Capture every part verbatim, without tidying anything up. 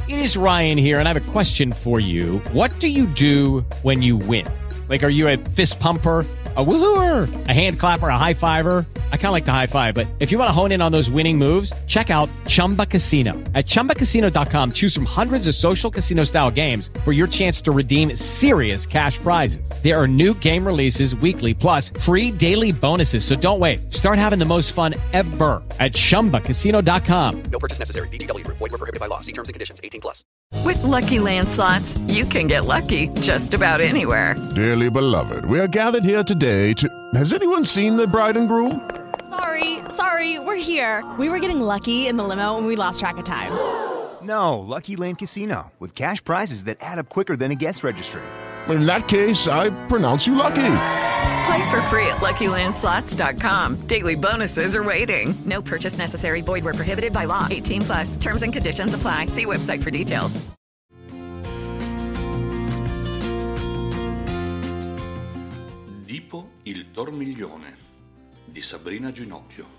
It is Ryan here, and I have a question for you. What do you do when you win? Like, are you a fist pumper, a woohooer, a hand clapper, a high fiver? I kind of like the high five, but if you want to hone in on those winning moves, check out Chumba Casino. At chumba casino dot com, choose from hundreds of social casino style games for your chance to redeem serious cash prizes. There are new game releases weekly, plus free daily bonuses. So don't wait. Start having the most fun ever at chumba casino dot com. No purchase necessary. V G W Group. Void where prohibited by law. See terms and conditions. eighteen plus. With Lucky Land Slots, you can get lucky just about anywhere. Dearly beloved, we are gathered here today to... Has anyone seen the bride and groom? Sorry, sorry, we're here. We were getting lucky in the limo and we lost track of time. No, Lucky Land Casino, with cash prizes that add up quicker than a guest registry. In that case, I pronounce you lucky. Play for free at lucky land slots dot com. Daily bonuses are waiting. No purchase necessary. Void where prohibited by law. eighteen plus. Terms and conditions apply. See website for details. Dipo il dormiglione di Sabrina Ginocchio.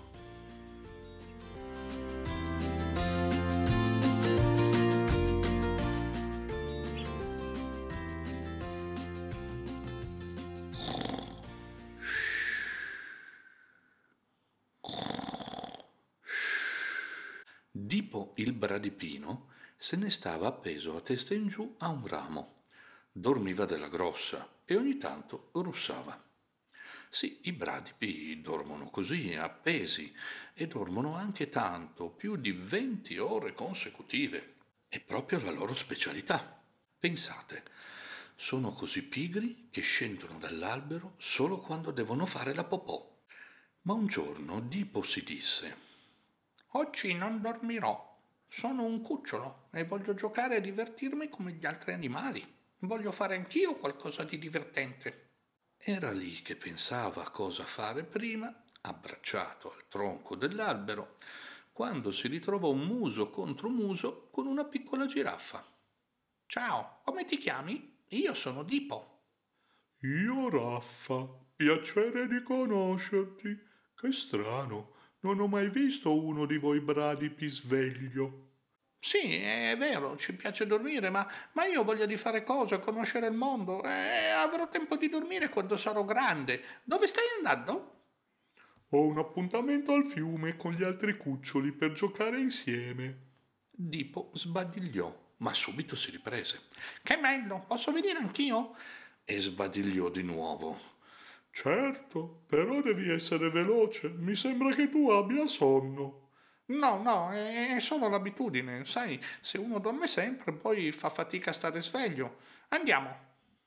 Dipo il bradipino se ne stava appeso a testa in giù a un ramo. Dormiva della grossa e ogni tanto russava. Sì, i bradipi dormono così, appesi, e dormono anche tanto, più di venti ore consecutive. È proprio la loro specialità. Pensate, sono così pigri che scendono dall'albero solo quando devono fare la popò. Ma un giorno Dipo si disse: «Oggi non dormirò. Sono un cucciolo e voglio giocare e divertirmi come gli altri animali. Voglio fare anch'io qualcosa di divertente». Era lì che pensava a cosa fare prima, abbracciato al tronco dell'albero, quando si ritrovò muso contro muso con una piccola giraffa. «Ciao, come ti chiami? Io sono Dipo». «Io Raffa, piacere di conoscerti. Che strano, non ho mai visto uno di voi bradipi sveglio». «Sì, è vero, ci piace dormire, ma, ma io voglio di fare cose, conoscere il mondo, e avrò tempo di dormire quando sarò grande. Dove stai andando?» «Ho un appuntamento al fiume con gli altri cuccioli per giocare insieme». Dipo sbadigliò, ma subito si riprese. «Che bello, posso venire anch'io?» E sbadigliò di nuovo. «Certo, però devi essere veloce, mi sembra che tu abbia sonno». «No, no, è solo l'abitudine, sai, se uno dorme sempre poi fa fatica a stare sveglio. Andiamo».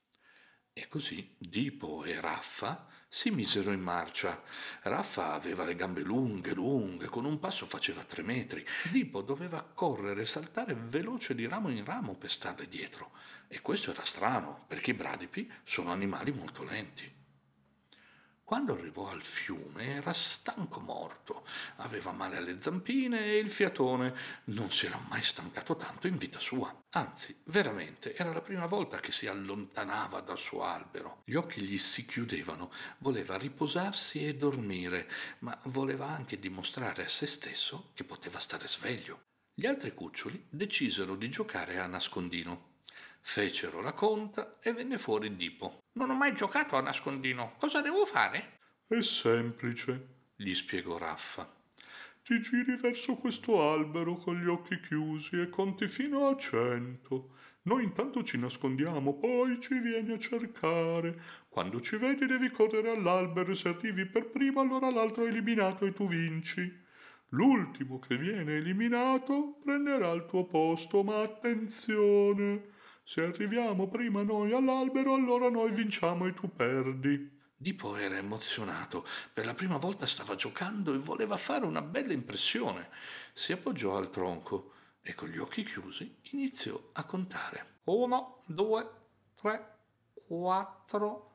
E così Dipo e Raffa si misero in marcia. Raffa aveva le gambe lunghe, lunghe, con un passo faceva tre metri. Dipo doveva correre e saltare veloce di ramo in ramo per starle dietro. E questo era strano, perché i bradipi sono animali molto lenti. Quando arrivò al fiume era stanco morto, aveva male alle zampine e il fiatone. Non si era mai stancato tanto in vita sua. Anzi, veramente, era la prima volta che si allontanava dal suo albero. Gli occhi gli si chiudevano, voleva riposarsi e dormire, ma voleva anche dimostrare a se stesso che poteva stare sveglio. Gli altri cuccioli decisero di giocare a nascondino. Fecero la conta e venne fuori Dipo. «Non ho mai giocato a nascondino. Cosa devo fare?» «È semplice», gli spiegò Raffa. «Ti giri verso questo albero con gli occhi chiusi e conti fino a cento. Noi intanto ci nascondiamo, poi ci vieni a cercare. Quando ci vedi devi correre all'albero e se arrivi per primo allora l'altro è eliminato e tu vinci. L'ultimo che viene eliminato prenderà il tuo posto, ma attenzione! Se arriviamo prima noi all'albero, allora noi vinciamo e tu perdi». Dipo era emozionato. Per la prima volta stava giocando e voleva fare una bella impressione. Si appoggiò al tronco e con gli occhi chiusi iniziò a contare. Uno, due, tre, quattro,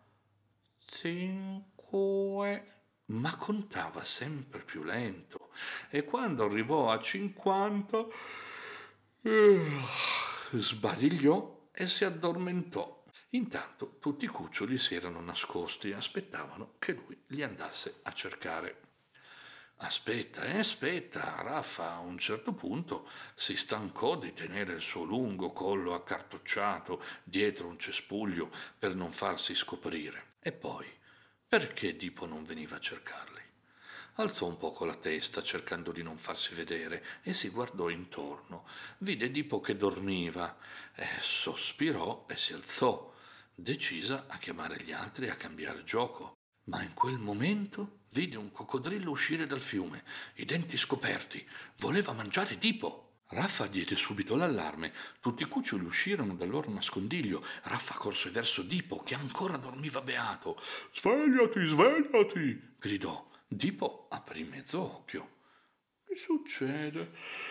cinque... Ma contava sempre più lento e quando arrivò a cinquanta eh, sbadigliò e si addormentò. Intanto tutti i cuccioli si erano nascosti e aspettavano che lui li andasse a cercare. Aspetta, eh, aspetta, Raffa a un certo punto si stancò di tenere il suo lungo collo accartocciato dietro un cespuglio per non farsi scoprire. E poi, perché Dipo non veniva a cercarli? Alzò un poco la testa cercando di non farsi vedere e si guardò intorno. Vide Dipo che dormiva, e sospirò e si alzò, decisa a chiamare gli altri e a cambiare gioco. Ma in quel momento vide un coccodrillo uscire dal fiume, i denti scoperti. Voleva mangiare Dipo. Raffa diede subito l'allarme. Tutti i cuccioli uscirono dal loro nascondiglio. Raffa corse verso Dipo, che ancora dormiva beato. «Svegliati, svegliati!» gridò. Dipo aprì mezzo occhio. «Che succede?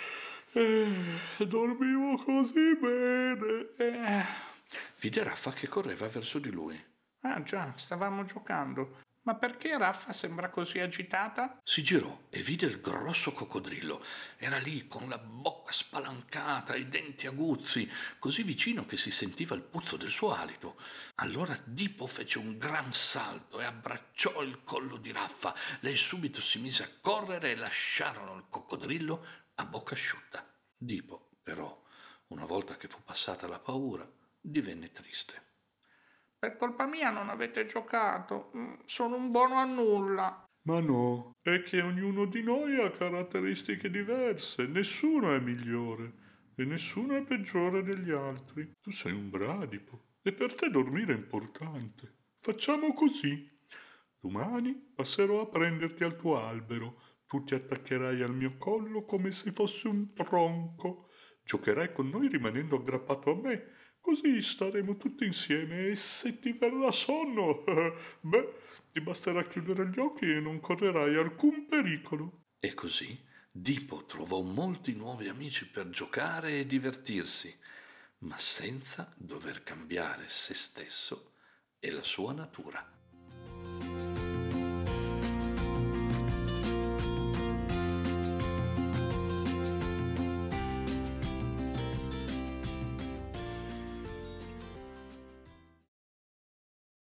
Eh, dormivo così bene!» Eh. Vide Raffa che correva verso di lui. «Ah già, stavamo giocando. Ma perché Raffa sembra così agitata?» Si girò e vide il grosso coccodrillo. Era lì con la bocca spalancata, i denti aguzzi, così vicino che si sentiva il puzzo del suo alito. Allora Dipo fece un gran salto e abbracciò il collo di Raffa. Lei subito si mise a correre e lasciarono il coccodrillo a bocca asciutta. Dipo, però, una volta che fu passata la paura, divenne triste. «Per colpa mia non avete giocato. Sono un buono a nulla». «Ma no, è che ognuno di noi ha caratteristiche diverse. Nessuno è migliore e nessuno è peggiore degli altri. Tu sei un bradipo e per te dormire è importante. Facciamo così. Domani passerò a prenderti al tuo albero. Tu ti attaccherai al mio collo come se fosse un tronco. Giocherai con noi rimanendo aggrappato a me. Così staremo tutti insieme e se ti verrà sonno, beh, ti basterà chiudere gli occhi e non correrai alcun pericolo». E così Dipo trovò molti nuovi amici per giocare e divertirsi, ma senza dover cambiare se stesso e la sua natura.